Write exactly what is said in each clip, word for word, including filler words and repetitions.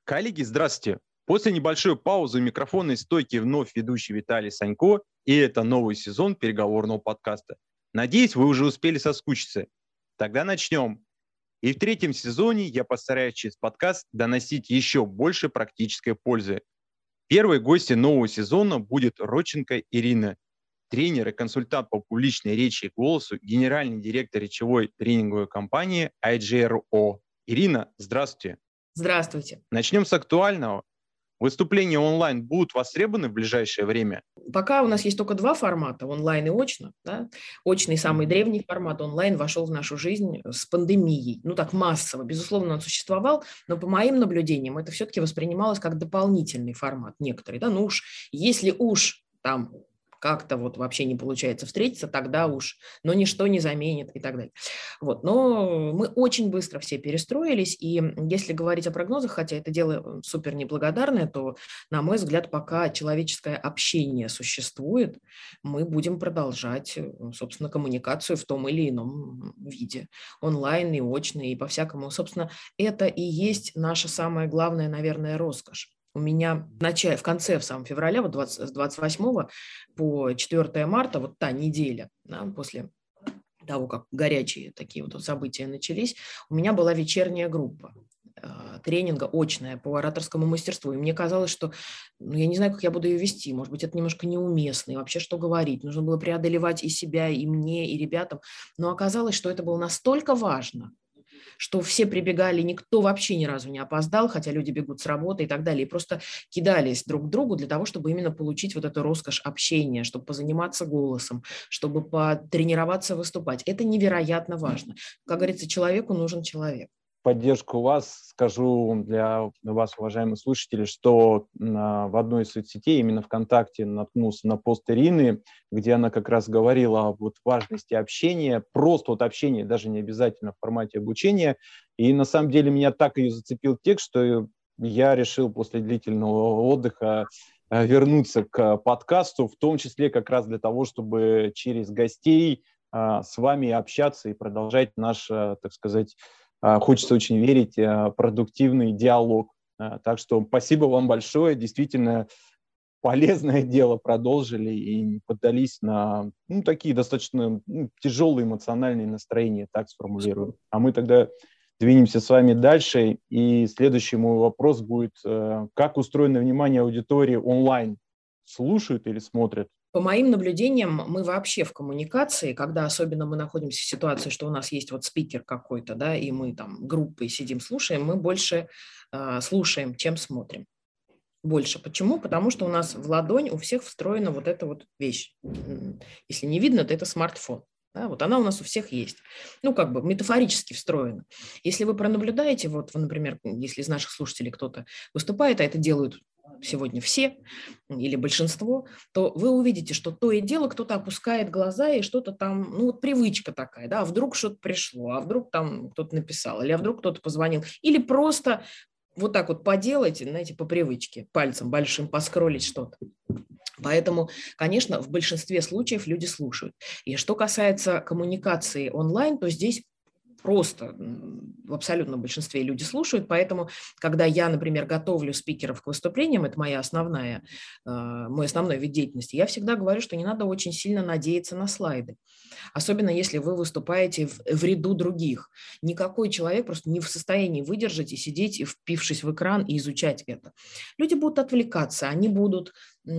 Коллеги, здравствуйте! После небольшой паузы у микрофонной стойки вновь ведущий Виталий Санько, и это новый сезон переговорного подкаста. Надеюсь, вы уже успели соскучиться. Тогда начнем. И в третьем сезоне я постараюсь через подкаст доносить еще больше практической пользы. Первой гостьей нового сезона будет Родченко Ирина, тренер и консультант по публичной речи и голосу, генеральный директор речевой тренинговой компании ай джи эр о. Ирина, здравствуйте. Здравствуйте. Начнем с актуального. Выступления онлайн будут востребованы в ближайшее время? Пока у нас есть только два формата, онлайн и очно. Да? Очный, самый древний формат, онлайн вошел в нашу жизнь с пандемией. Ну так массово. Безусловно, он существовал, но по моим наблюдениям это все-таки воспринималось как дополнительный формат некоторый. Да? Ну уж, если уж там как-то вот вообще не получается встретиться, тогда уж, но ничто не заменит и так далее. Вот. Но мы очень быстро все перестроились, и если говорить о прогнозах, хотя это дело супер неблагодарное, то, на мой взгляд, пока человеческое общение существует, мы будем продолжать, собственно, коммуникацию в том или ином виде, онлайн и очно, и по-всякому. Собственно, это и есть наша самая главная, наверное, роскошь. У меня в, начале, в конце, в самом февраля, вот двадцать, с двадцать восьмого по четвёртое марта, вот та неделя, да, после того, как горячие такие вот события начались, у меня была вечерняя группа э, тренинга очная по ораторскому мастерству. И мне казалось, что ну, я не знаю, как я буду ее вести, может быть, это немножко неуместно, и вообще что говорить. Нужно было преодолевать и себя, и мне, и ребятам. Но оказалось, что это было настолько важно, что все прибегали, никто вообще ни разу не опоздал, хотя люди бегут с работы и так далее, и просто кидались друг к другу для того, чтобы именно получить вот эту роскошь общения, чтобы позаниматься голосом, чтобы потренироваться выступать. Это невероятно важно. Как говорится, человеку нужен человек. Поддержку вас скажу для вас, уважаемые слушатели, что в одной из соцсетей, именно ВКонтакте, наткнулся на пост Ирины, где она как раз говорила о вот важности общения, просто вот общения, даже не обязательно в формате обучения. И на самом деле меня так ее зацепил текст, что я решил после длительного отдыха вернуться к подкасту, в том числе как раз для того, чтобы через гостей с вами общаться и продолжать наш, так сказать, хочется очень верить, продуктивный диалог. Так что спасибо вам большое. Действительно полезное дело продолжили и не поддались на ну, такие достаточно ну, тяжелые эмоциональные настроения, так сформулирую. А мы тогда двинемся с вами дальше. И следующий мой вопрос будет, как устроено внимание аудитории онлайн? Слушают или смотрят? По моим наблюдениям, мы вообще в коммуникации, когда особенно мы находимся в ситуации, что у нас есть вот спикер какой-то, да, и мы там группой сидим, слушаем, мы больше э, слушаем, чем смотрим. Больше. Почему? Потому что у нас в ладонь у всех встроена вот эта вот вещь. Если не видно, то это смартфон. Да, вот она у нас у всех есть. Ну, как бы метафорически встроена. Если вы пронаблюдаете, вот, например, если из наших слушателей кто-то выступает, а это делают сегодня все или большинство, то вы увидите, что то и дело кто-то опускает глаза и что-то там, ну вот привычка такая, да, а вдруг что-то пришло, а вдруг там кто-то написал, или а вдруг кто-то позвонил, или просто вот так вот поделайте, знаете, по привычке, пальцем большим поскролить что-то. Поэтому, конечно, в большинстве случаев люди слушают. И что касается коммуникации онлайн, то здесь просто в абсолютном большинстве люди слушают, поэтому, когда я, например, готовлю спикеров к выступлениям, это моя основная, мой основной вид деятельности, я всегда говорю, что не надо очень сильно надеяться на слайды, особенно если вы выступаете в, в ряду других. Никакой человек просто не в состоянии выдержать и сидеть, впившись в экран, и изучать это. Люди будут отвлекаться, они будут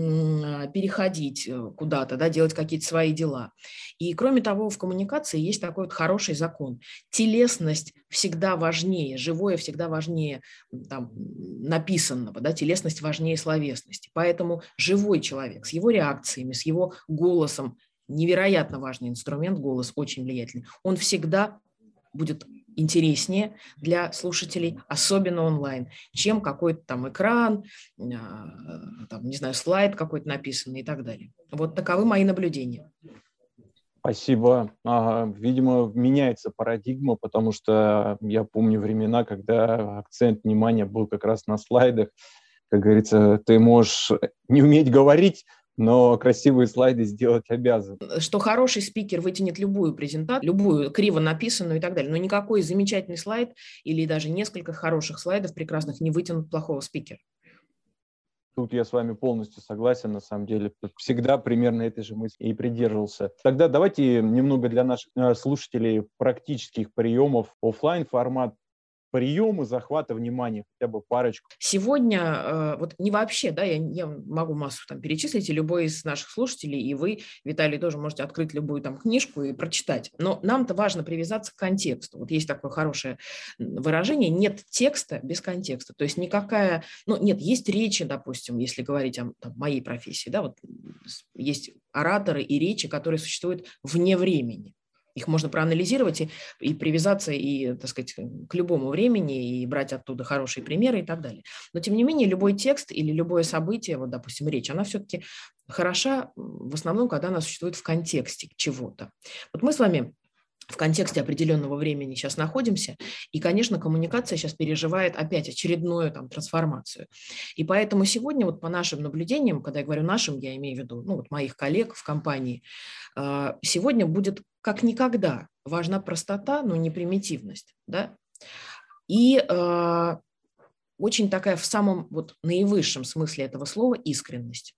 переходить куда-то, да, делать какие-то свои дела. И кроме того, в коммуникации есть такой вот хороший закон. Телесность всегда важнее, живое всегда важнее там, написанного, да, телесность важнее словесности. Поэтому живой человек с его реакциями, с его голосом, невероятно важный инструмент, голос очень влиятельный, он всегда будет интереснее для слушателей, особенно онлайн, чем какой-то там экран, там, не знаю, слайд какой-то написанный и так далее. Вот таковы мои наблюдения. Спасибо. Ага, видимо, меняется парадигма, потому что я помню времена, когда акцент внимания был как раз на слайдах. Как говорится, ты можешь не уметь говорить, но красивые слайды сделать обязан. Что хороший спикер вытянет любую презентацию, любую криво написанную и так далее, но никакой замечательный слайд или даже несколько хороших слайдов прекрасных не вытянут плохого спикера. Тут я с вами полностью согласен, на самом деле. Всегда примерно этой же мысли и придерживался. Тогда давайте немного для наших слушателей практических приемов. Оффлайн формат, приемы захвата внимания, хотя бы парочку. Сегодня, вот не вообще, да, я, я могу массу там перечислить, и любой из наших слушателей, и вы, Виталий, тоже можете открыть любую там книжку и прочитать. Но нам-то важно привязаться к контексту. Вот есть такое хорошее выражение: нет текста без контекста. То есть никакая, ну нет, есть речи, допустим, если говорить о там, моей профессии, да, вот есть ораторы и речи, которые существуют вне времени. Их можно проанализировать и, и привязаться и, так сказать, к любому времени и брать оттуда хорошие примеры и так далее. Но, тем не менее, любой текст или любое событие, вот, допустим, речь, она все-таки хороша в основном, когда она существует в контексте чего-то. Вот мы с вами в контексте определенного времени сейчас находимся, и, конечно, коммуникация сейчас переживает опять очередную там трансформацию. И поэтому сегодня вот по нашим наблюдениям, когда я говорю нашим, я имею в виду ну, вот моих коллег в компании, сегодня будет как никогда важна простота, но не примитивность, да? И э, очень такая в самом вот наивысшем смысле этого слова искренность.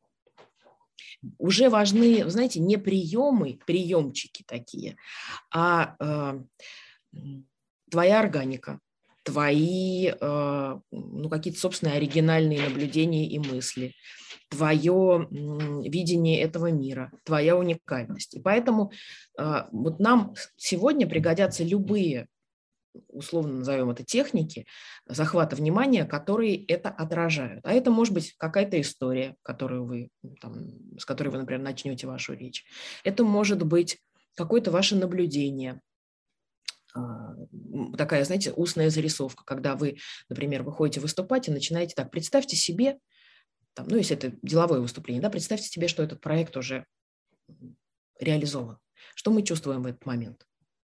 Уже важны, знаете, не приемы, приемчики такие, а э, твоя органика, твои э, ну, какие-то собственные оригинальные наблюдения и мысли, твое видение этого мира, твоя уникальность. И поэтому э, вот нам сегодня пригодятся любые, условно назовем это, техники захвата внимания, которые это отражают. А это может быть какая-то история, которую вы, там, с которой вы, например, начнете вашу речь. Это может быть какое-то ваше наблюдение, такая, знаете, устная зарисовка, когда вы, например, выходите выступать и начинаете так: представьте себе, там, ну, если это деловое выступление, да, представьте себе, что этот проект уже реализован. Что мы чувствуем в этот момент?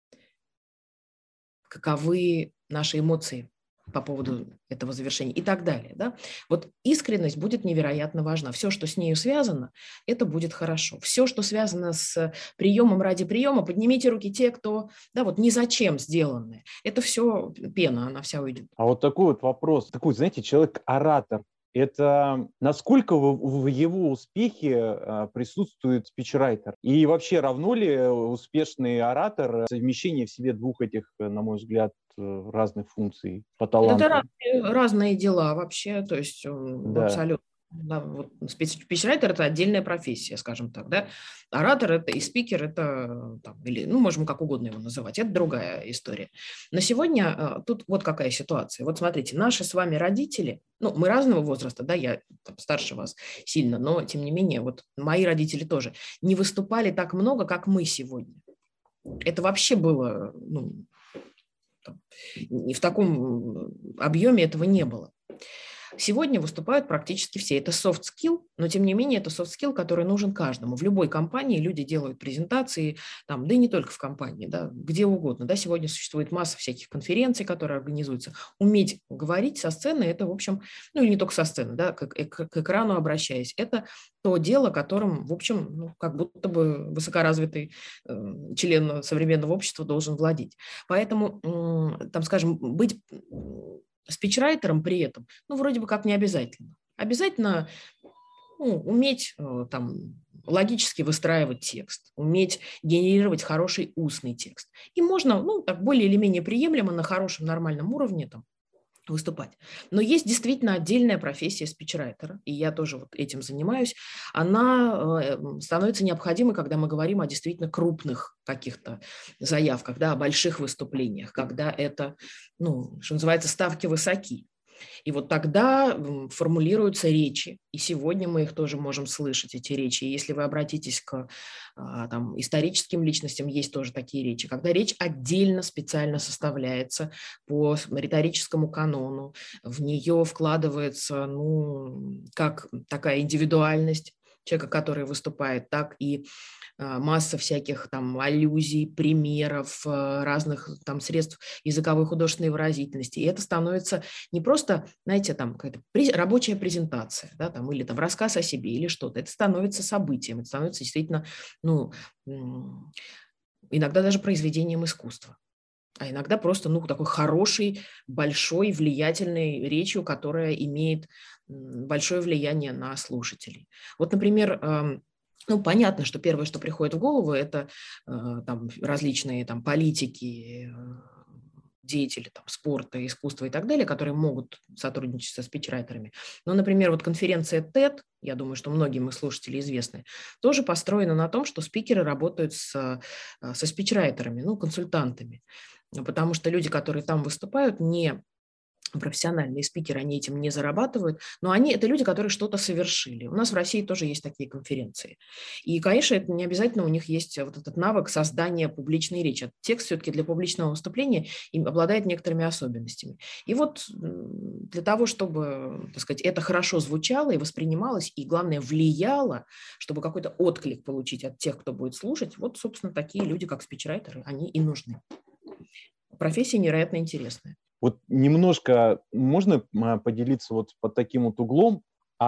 Каковы наши эмоции по поводу этого завершения и так далее. Да? Вот искренность будет невероятно важна. Все, что с нею связано, это будет хорошо. Все, что связано с приемом ради приема, поднимите руки те, кто, да, вот ни зачем сделанное. Это все пена, она вся уйдет. А вот такой вот вопрос. Такой, знаете, человек-оратор. Это насколько в, в его успехе а, присутствует спичрайтер? И вообще равно ли успешный оратор совмещение в себе двух этих, на мой взгляд, разных функций по таланту? Это разные, разные дела вообще, то есть Да. абсолютно. Да, вот спичрайтер – это отдельная профессия, скажем так, да. Оратор – это и спикер, это, там, или, ну, можем как угодно его называть, это другая история. Но сегодня тут вот какая ситуация. Вот смотрите, наши с вами родители, ну, мы разного возраста, да, я там, старше вас сильно, но, тем не менее, вот мои родители тоже не выступали так много, как мы сегодня. Это вообще было, ну, там, и в таком объеме этого не было. Сегодня выступают практически все. Это soft skill, но тем не менее это soft skill, который нужен каждому. В любой компании люди делают презентации, там, да и не только в компании, да, где угодно. Да, сегодня существует масса всяких конференций, которые организуются. Уметь говорить со сцены – это, в общем, ну и не только со сцены, да, к, к, к экрану обращаясь. Это то дело, которым, в общем, ну, как будто бы высокоразвитый э, член современного общества должен владеть. Поэтому, э, там, скажем, быть спичрайтером при этом, ну, вроде бы как не обязательно. Обязательно ну, уметь э, там, логически выстраивать текст, уметь генерировать хороший устный текст. И можно, ну, так более или менее приемлемо на хорошем нормальном уровне там выступать. Но есть действительно отдельная профессия спичрайтера, и я тоже вот этим занимаюсь. Она э, становится необходимой, когда мы говорим о действительно крупных каких-то заявках, да, о больших выступлениях, когда это, ну, что называется, ставки высоки. И вот тогда формулируются речи, и сегодня мы их тоже можем слышать, эти речи. И если вы обратитесь к там, историческим личностям, есть тоже такие речи, когда речь отдельно специально составляется по риторическому канону, в нее вкладывается, ну, как такая индивидуальность человека, который выступает, так и масса всяких там аллюзий, примеров, разных там средств языковой художественной выразительности. И это становится не просто, знаете, там какая-то рабочая презентация, да, там, или там рассказ о себе, или что-то. Это становится событием, это становится действительно, ну, иногда даже произведением искусства. А иногда просто, ну, такой хорошей, большой, влиятельной речью, которая имеет большое влияние на слушателей. Вот, например, ну, понятно, что первое, что приходит в голову, это там различные там политики, деятели там, спорта, искусства и так далее, которые могут сотрудничать со спичрайтерами. Но, например, вот конференция тед, я думаю, что многим из слушателей известны, тоже построена на том, что спикеры работают с, со спичрайтерами, ну, консультантами, потому что люди, которые там выступают, не профессиональные спикеры, они этим не зарабатывают, но они, это люди, которые что-то совершили. У нас в России тоже есть такие конференции. И, конечно, это не обязательно у них есть вот этот навык создания публичной речи. Текст все-таки для публичного выступления обладает некоторыми особенностями. И вот для того, чтобы, так сказать, это хорошо звучало и воспринималось, и, главное, влияло, чтобы какой-то отклик получить от тех, кто будет слушать, вот, собственно, такие люди, как спичрайтеры, они и нужны. Профессия невероятно интересная. Вот немножко можно поделиться вот под таким вот углом,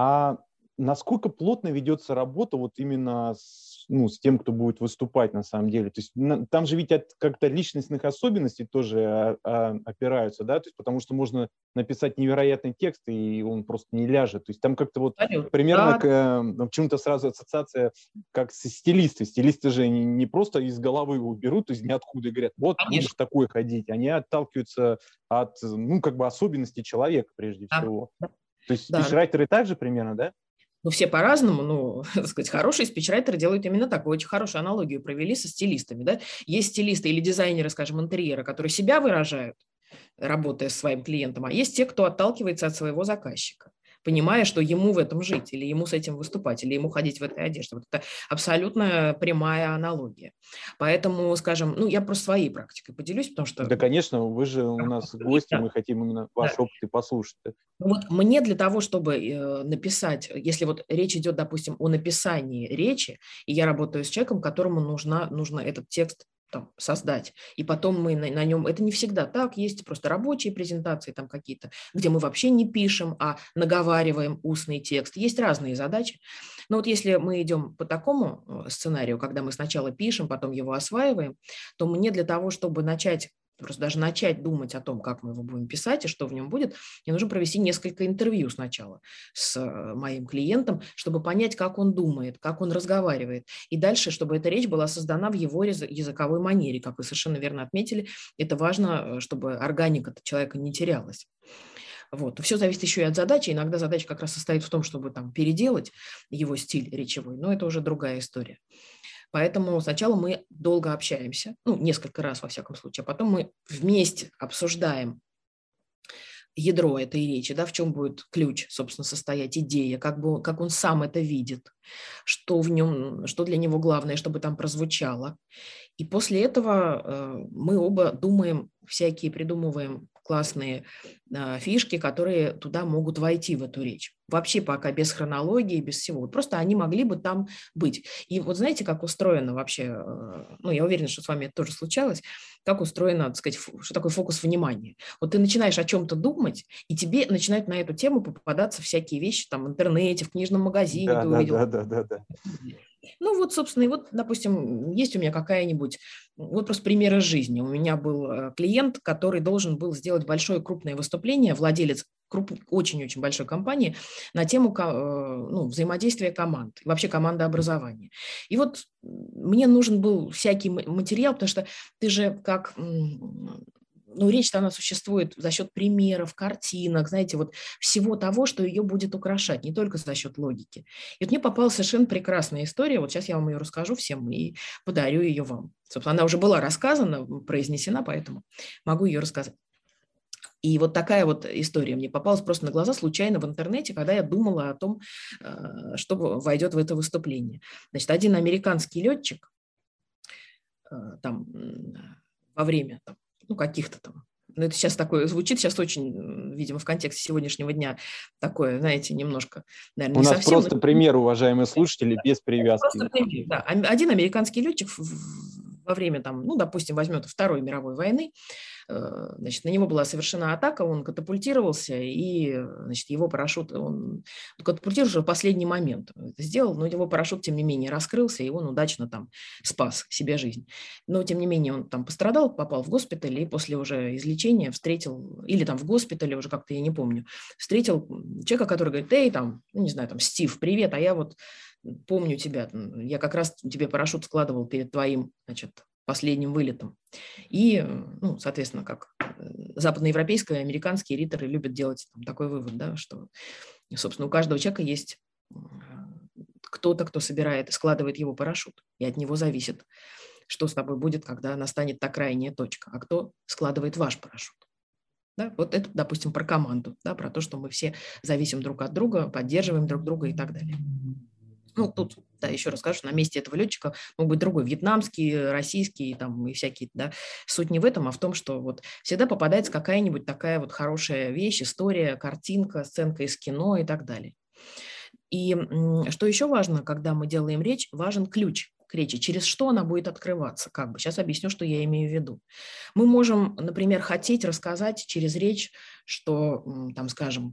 а насколько плотно ведется работа вот именно с, ну, с тем, кто будет выступать на самом деле? То есть на, там же ведь от как-то личностных особенностей тоже а, а, опираются, да, то есть потому что можно написать невероятный текст, и он просто не ляжет. То есть там как-то вот Понятно. примерно да. к, э, почему-то сразу ассоциация как с стилисты. Стилисты же не, не просто из головы его берут, из ниоткуда и говорят, вот Конечно. будешь такой ходить. Они отталкиваются от, ну, как бы особенностей человека прежде да. всего. То есть да. спичрайтеры также примерно, да? Ну, все по-разному, ну, так сказать, хорошие спичрайтеры делают именно так. Вы очень хорошую аналогию провели со стилистами, да. Есть стилисты или дизайнеры, скажем, интерьера, которые себя выражают, работая с своим клиентом, а есть те, кто отталкивается от своего заказчика, понимая, что ему в этом жить, или ему с этим выступать, или ему ходить в этой одежде. Вот это абсолютно прямая аналогия. Поэтому, скажем, ну, я просто своей практикой поделюсь, потому что... Да, конечно, вы же у нас гости, да. мы хотим именно ваш да. опыт и послушать. Вот мне для того, чтобы написать, если вот речь идет, допустим, о написании речи, и я работаю с человеком, которому нужна, нужно этот текст там, создать, и потом мы на, на нем, это не всегда так, есть просто рабочие презентации там какие-то, где мы вообще не пишем, а наговариваем устный текст, есть разные задачи, но вот если мы идем по такому сценарию, когда мы сначала пишем, потом его осваиваем, то мне для того, чтобы начать просто даже начать думать о том, как мы его будем писать и что в нем будет, мне нужно провести несколько интервью сначала с моим клиентом, чтобы понять, как он думает, как он разговаривает. И дальше, чтобы эта речь была создана в его языковой манере. Как вы совершенно верно отметили, это важно, чтобы органика человека не терялась. Вот. Все зависит еще и от задачи. Иногда задача как раз состоит в том, чтобы там переделать его стиль речевой, но это уже другая история. Поэтому сначала мы долго общаемся, ну, несколько раз во всяком случае, а потом мы вместе обсуждаем ядро этой речи, да, в чем будет ключ, собственно, состоять идея, как, бы, как он сам это видит, что в нем, что для него главное, чтобы там прозвучало. И после этого э, мы оба думаем, всякие придумываем классные э, фишки, которые туда могут войти в эту речь. Вообще пока без хронологии, без всего. Просто они могли бы там быть. И вот знаете, как устроено вообще, э, ну, я уверена, что с вами это тоже случалось, как устроено, так сказать, что такое фокус внимания. Вот ты начинаешь о чем-то думать, и тебе начинают на эту тему попадаться всякие вещи там в интернете, в книжном магазине. Да, ты да, увидел. да, да, да, да. Ну вот, собственно, и вот, допустим, есть у меня какая-нибудь, вот просто пример из жизни. У меня был клиент, который должен был сделать большое крупное выступление, владелец очень-очень большой компании, на тему ну, взаимодействия команд, вообще командообразования. И вот мне нужен был всякий материал, потому что ты же как... Ну, речь-то она существует за счет примеров, картинок, знаете, вот всего того, что ее будет украшать, не только за счет логики. И вот мне попалась совершенно прекрасная история, вот сейчас я вам ее расскажу всем и подарю ее вам. Собственно, она уже была рассказана, произнесена, поэтому могу ее рассказать. И вот такая вот история мне попалась просто на глаза случайно в интернете, когда я думала о том, что войдет в это выступление. Значит, один американский летчик там во время там, ну, каких-то там ну, это сейчас такое звучит, сейчас очень, видимо, в контексте сегодняшнего дня такое, знаете, немножко, наверное, У не нас совсем. просто пример, уважаемые слушатели, без привязки. Просто пример, да. Один американский летчик во время, там, ну, допустим, возьмем Второй мировой войны, значит, на него была совершена атака, он катапультировался, и, значит, его парашют, он катапультировался в последний момент, это сделал, но его парашют, тем не менее, раскрылся, и он удачно там спас себе жизнь. Но, тем не менее, он там пострадал, попал в госпиталь, и после уже излечения встретил, или там в госпитале, уже как-то я не помню, встретил человека, который говорит: эй, там, ну, не знаю, там, Стив, привет, а я вот помню тебя, я как раз тебе парашют складывал перед твоим, значит, последним вылетом. И, ну, соответственно, как западноевропейские, американские риторы любят делать там такой вывод, да, что, собственно, у каждого человека есть кто-то, кто собирает и складывает его парашют, и от него зависит, что с тобой будет, когда настанет та крайняя точка, а кто складывает ваш парашют. Да, вот это, допустим, про команду, да, про то, что мы все зависим друг от друга, поддерживаем друг друга и так далее. Ну, тут, да, еще раз скажу, что на месте этого летчика мог быть другой, вьетнамский, российский, там, и всякие, да. Суть не в этом, а в том, что вот всегда попадается какая-нибудь такая вот хорошая вещь, история, картинка, сценка из кино и так далее. И что еще важно, когда мы делаем речь, важен ключ к речи, через что она будет открываться, как бы. Сейчас объясню, что я имею в виду. Мы можем, например, хотеть рассказать через речь, что, там, скажем,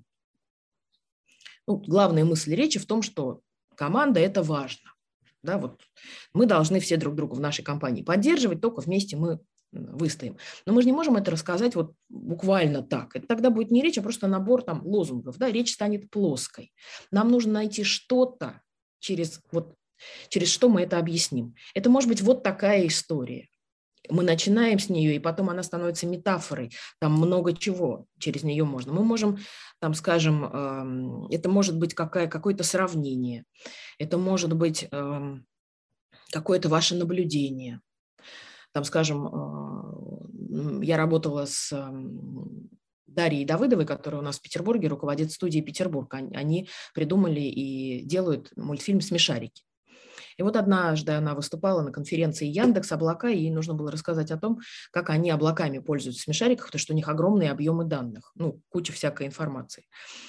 ну, главная мысль речи в том, что команда – это важно. Да, вот мы должны все друг друга в нашей компании поддерживать, только вместе мы выстоим. Но мы же не можем это рассказать вот буквально так. Это тогда будет не речь, а просто набор там лозунгов. Да? Речь станет плоской. Нам нужно найти что-то, через, вот, через что мы это объясним. Это может быть вот такая история. Мы начинаем с нее, и потом она становится метафорой. Там много чего через нее можно. Мы можем, там, скажем, это может быть какая, какое-то сравнение, это может быть какое-то ваше наблюдение. Там, скажем, я работала с Дарьей Давыдовой, которая у нас в Петербурге руководит студией «Петербург». Они придумали и делают мультфильм «Смешарики». И вот однажды она выступала на конференции Яндекс Облака, и ей нужно было рассказать о том, как они облаками пользуются в смешариках, потому что у них огромные объемы данных, ну, куча всякой информации.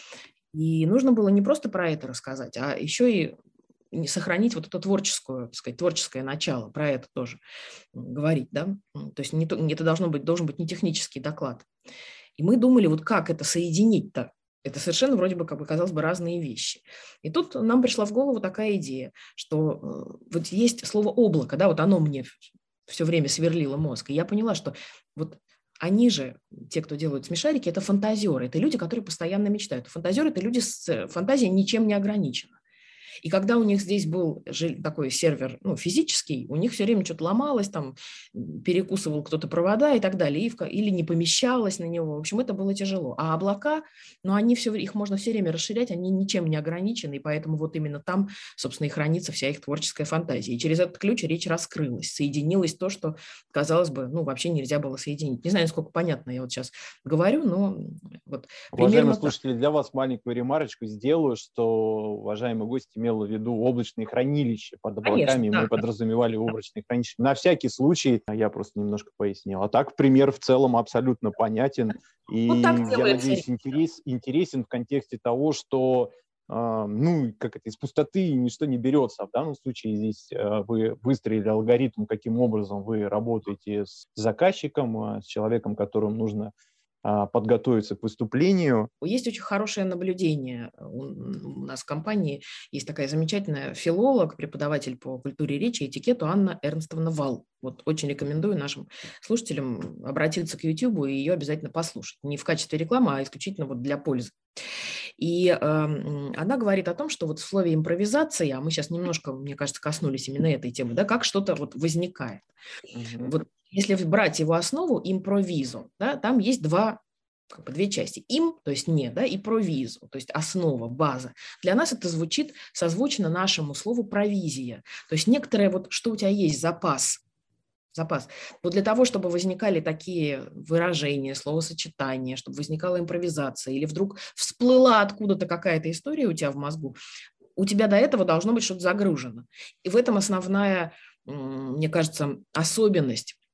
И нужно было не просто про это рассказать, а еще и сохранить вот это творческое, так сказать, творческое начало, про это тоже говорить, да. То есть не, это должно быть, должен быть не технический доклад. И мы думали, вот как это соединить-то. Это совершенно вроде бы, как бы, казалось бы, разные вещи. И тут нам пришла в голову такая идея, что вот есть слово «облако», да, вот оно мне все время сверлило мозг. И я поняла, что вот они же, те, кто делают смешарики, это фантазеры, это люди, которые постоянно мечтают. Фантазеры – это люди с фантазией ничем не ограничена. И когда у них здесь был такой сервер, ну, физический, у них все время что-то ломалось, там, перекусывал кто-то провода и так далее, или не помещалось на него. В общем, это было тяжело. А облака, ну, они все, их можно все время расширять, они ничем не ограничены, и поэтому вот именно там, собственно, и хранится вся их творческая фантазия. И через этот ключ речь раскрылась, соединилось то, что, казалось бы, ну, вообще нельзя было соединить. Не знаю, насколько понятно я вот сейчас говорю, но вот Уважаемые слушатели, для вас маленькую ремарочку сделаю, что уважаемый гость имел в виду облачные хранилища под облаками, Конечно, да, мы да. подразумевали облачные хранилища. На всякий случай я просто немножко пояснил. А так пример в целом абсолютно понятен. И вот я надеюсь, интерес, интересен в контексте того, что э, ну, как это, из пустоты ничто не берется. В данном случае здесь э, вы выстроили алгоритм, каким образом вы работаете с заказчиком, э, с человеком, которому нужно подготовиться к выступлению. Есть очень хорошее наблюдение. У нас в компании есть такая замечательная филолог, преподаватель по культуре речи и этикету Анна Эрнстовна Вал. Вот очень рекомендую нашим слушателям обратиться к YouTube и ее обязательно послушать. Не в качестве рекламы, а исключительно вот для пользы. И э, она говорит о том, что вот в слове импровизация, а мы сейчас немножко, мне кажется, коснулись именно этой темы, да, как что-то вот возникает. Mm-hmm. Вот если брать его основу импровизу, да, там есть два, как бы две части. Им, то есть не, да, и провизу, то есть основа, база. Для нас это звучит созвучно нашему слову провизия. То есть некоторое вот, что у тебя есть, запас. Запас. Вот для того, чтобы возникали такие выражения, словосочетания, чтобы возникала импровизация, или вдруг всплыла откуда-то какая-то история у тебя в мозгу, у тебя до этого должно быть что-то загружено. И в этом основная, мне кажется, особенность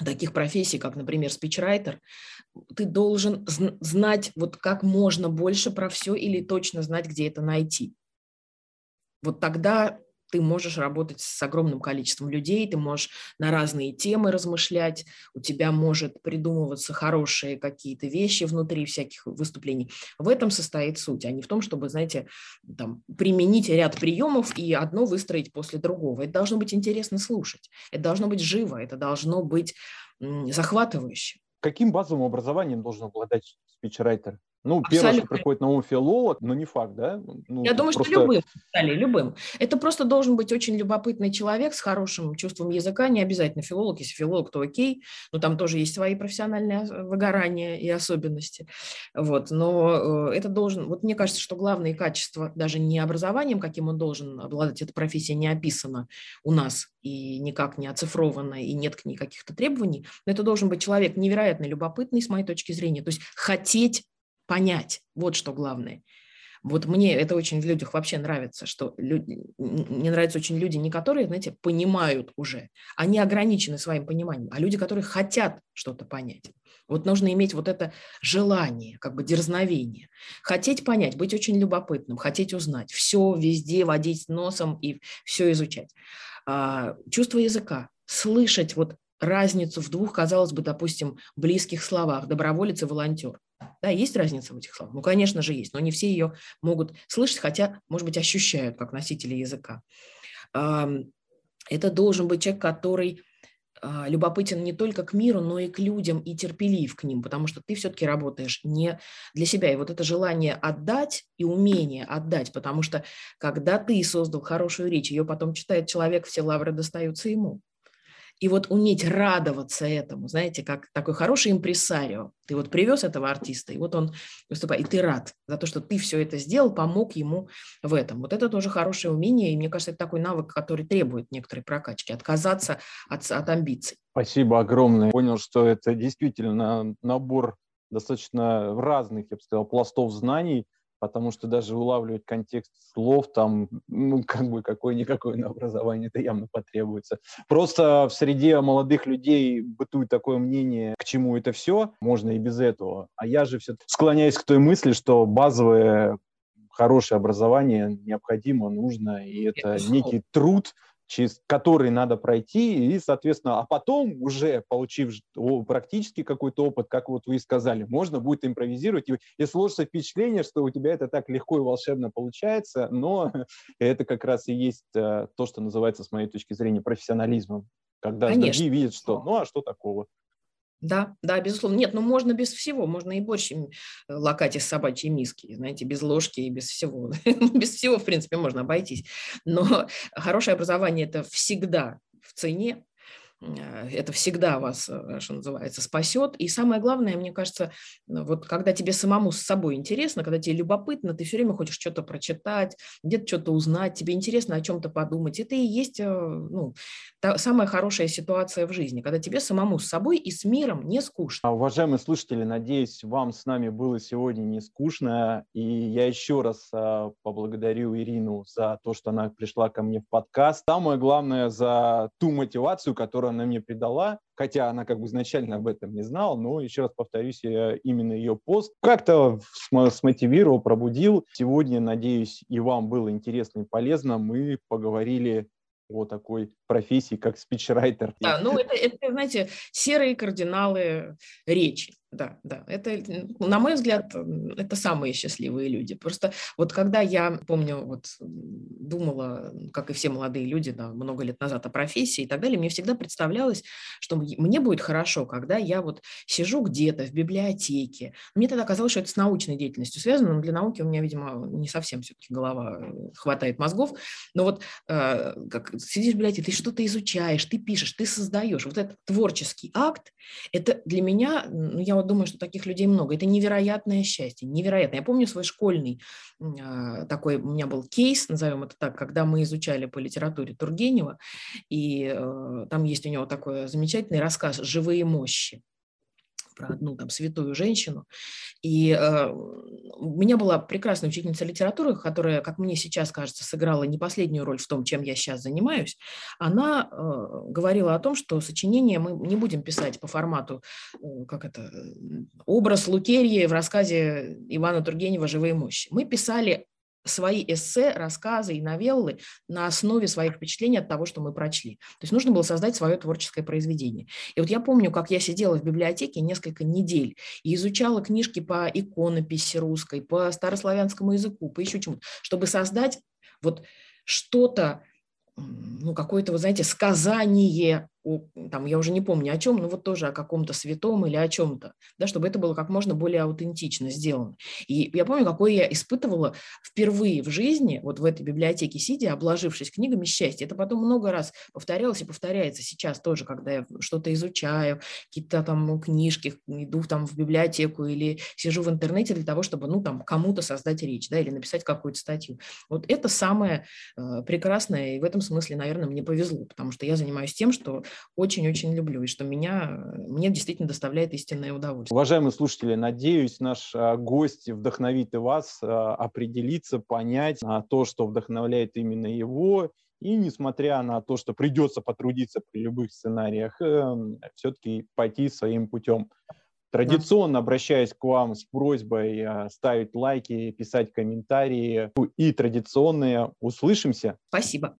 таких профессий, как, например, спичрайтер, ты должен знать вот как можно больше про все или точно знать, где это найти. Вот тогда ты можешь работать с огромным количеством людей, ты можешь на разные темы размышлять, у тебя может придумываться хорошие какие-то вещи внутри всяких выступлений. В этом состоит суть, а не в том, чтобы, знаете, там, применить ряд приемов и одно выстроить после другого. Это должно быть интересно слушать, это должно быть живо, это должно быть захватывающе. Каким базовым образованием должен обладать спичрайтер? Ну, первое, что Абсолютно. приходит на ум, филолог, но не факт, да? Ну, Я тут думаю, что просто... любым, Виталий, любым. Это просто должен быть очень любопытный человек с хорошим чувством языка, не обязательно филолог, если филолог, то окей, но там тоже есть свои профессиональные выгорания и особенности. Вот. Но это должен, вот мне кажется, что главные качества, даже не образованием, каким он должен обладать, эта профессия не описана у нас и никак не оцифрована, и нет к ней каких-то требований, но это должен быть человек невероятно любопытный, с моей точки зрения, то есть хотеть понять, вот что главное. Вот мне это очень в людях вообще нравится, что люди, мне нравятся очень люди, не которые, знаете, понимают уже, они ограничены своим пониманием, а люди, которые хотят что-то понять. Вот нужно иметь вот это желание, как бы дерзновение, хотеть понять, быть очень любопытным, хотеть узнать, все везде водить носом и все изучать. А, чувство языка, слышать вот разницу в двух, казалось бы, допустим, близких словах, доброволец и волонтер. Да, есть разница в этих словах? Ну, конечно же, есть, но не все ее могут слышать, хотя, может быть, ощущают как носители языка. Это должен быть человек, который любопытен не только к миру, но и к людям, и терпелив к ним, потому что ты все-таки работаешь не для себя. И вот это желание отдать и умение отдать, потому что когда ты создал хорошую речь, ее потом читает человек, все лавры достаются ему. И вот уметь радоваться этому, знаете, как такой хороший импресарио. Ты вот привез этого артиста, и вот он выступает, и ты рад за то, что ты все это сделал, помог ему в этом. Вот это тоже хорошее умение, и мне кажется, это такой навык, который требует некоторой прокачки, отказаться от, от амбиций. Спасибо огромное. Понял, что это действительно набор достаточно разных, я бы сказал, пластов знаний, потому что даже улавливать контекст слов, там, ну, как бы какое-никакое на образование это явно потребуется. Просто в среде молодых людей бытует такое мнение, к чему это все, можно и без этого. А я же все-таки склоняюсь к той мысли, что базовое хорошее образование необходимо, нужно, и это некий труд, через который надо пройти, и, соответственно, а потом, уже получив практически какой-то опыт, как вот вы и сказали, можно будет импровизировать, и, и сложится впечатление, что у тебя это так легко и волшебно получается, но это как раз и есть то, что называется, с моей точки зрения, профессионализмом, когда Конечно. Другие видят, что ну а что такого? Да, да, безусловно. Нет, ну можно без всего, можно и борщ лакать из собачьей миски, знаете, без ложки и без всего. Без всего, в принципе, можно обойтись. Но хорошее образование – это всегда в цене, это всегда вас, что называется, спасет. И самое главное, мне кажется, вот когда тебе самому с собой интересно, когда тебе любопытно, ты все время хочешь что-то прочитать, где-то что-то узнать, тебе интересно о чем-то подумать. Это и есть, ну, та, самая хорошая ситуация в жизни, когда тебе самому с собой и с миром не скучно. Уважаемые слушатели, надеюсь, вам с нами было сегодня не скучно. И я еще раз а, поблагодарю Ирину за то, что она пришла ко мне в подкаст. Самое главное, за ту мотивацию, которую она мне придала. Хотя она как бы изначально об этом не знала, но, еще раз повторюсь, я именно ее пост как-то смотивировал, пробудил. Сегодня, надеюсь, и вам было интересно и полезно. Мы поговорили о такой профессии, как спичрайтер. Да, ну это, это, знаете, серые кардиналы речи. Да, да, это, на мой взгляд, это самые счастливые люди. Просто вот когда я, помню, вот думала, как и все молодые люди, да, много лет назад о профессии и так далее, мне всегда представлялось, что мне будет хорошо, когда я вот сижу где-то в библиотеке. Мне тогда казалось, что это с научной деятельностью связано, но для науки у меня, видимо, не совсем все-таки голова хватает мозгов. Но вот э, как сидишь в библиотеке, ты что-то изучаешь, ты пишешь, ты создаешь. Вот этот творческий акт, это для меня, ну, я вот думаю, что таких людей много. Это невероятное счастье, невероятно. Я помню свой школьный э, такой, у меня был кейс, назовем это так, когда мы изучали по литературе Тургенева, и э, там есть у него такой замечательный рассказ «Живые мощи». про одну там святую женщину. И э, у меня была прекрасная учительница литературы, которая, как мне сейчас кажется, сыграла не последнюю роль в том, чем я сейчас занимаюсь. Она э, говорила о том, что сочинение мы не будем писать по формату, э, как это, образ Лукерьи в рассказе Ивана Тургенева «Живые мощи». Мы писали свои эссе, рассказы и новеллы на основе своих впечатлений от того, что мы прочли. То есть нужно было создать свое творческое произведение. И вот я помню, как я сидела в библиотеке несколько недель и изучала книжки по иконописи русской, по старославянскому языку, по еще чему-то, чтобы создать вот что-то, ну, какое-то, вы знаете, сказание, о, там, я уже не помню о чем, но вот тоже о каком-то святом или о чем-то, да, чтобы это было как можно более аутентично сделано. И я помню, какое я испытывала впервые в жизни, вот в этой библиотеке сидя, обложившись книгами, счастье. Это потом много раз повторялось и повторяется сейчас тоже, когда я что-то изучаю, какие-то там книжки, иду там в библиотеку или сижу в интернете для того, чтобы, ну, там, кому-то создать речь, да, или написать какую-то статью. Вот это самое э, прекрасное, и в этом смысле, наверное, мне повезло, потому что я занимаюсь тем, что очень-очень люблю, и что меня, мне действительно доставляет истинное удовольствие. Уважаемые слушатели, надеюсь, наш а, гость вдохновит и вас а, определиться, понять а, то, что вдохновляет именно его, и несмотря на то, что придется потрудиться при любых сценариях, э, все-таки пойти своим путем. Традиционно обращаюсь к вам с просьбой а, ставить лайки, писать комментарии и традиционные «Услышимся». Спасибо.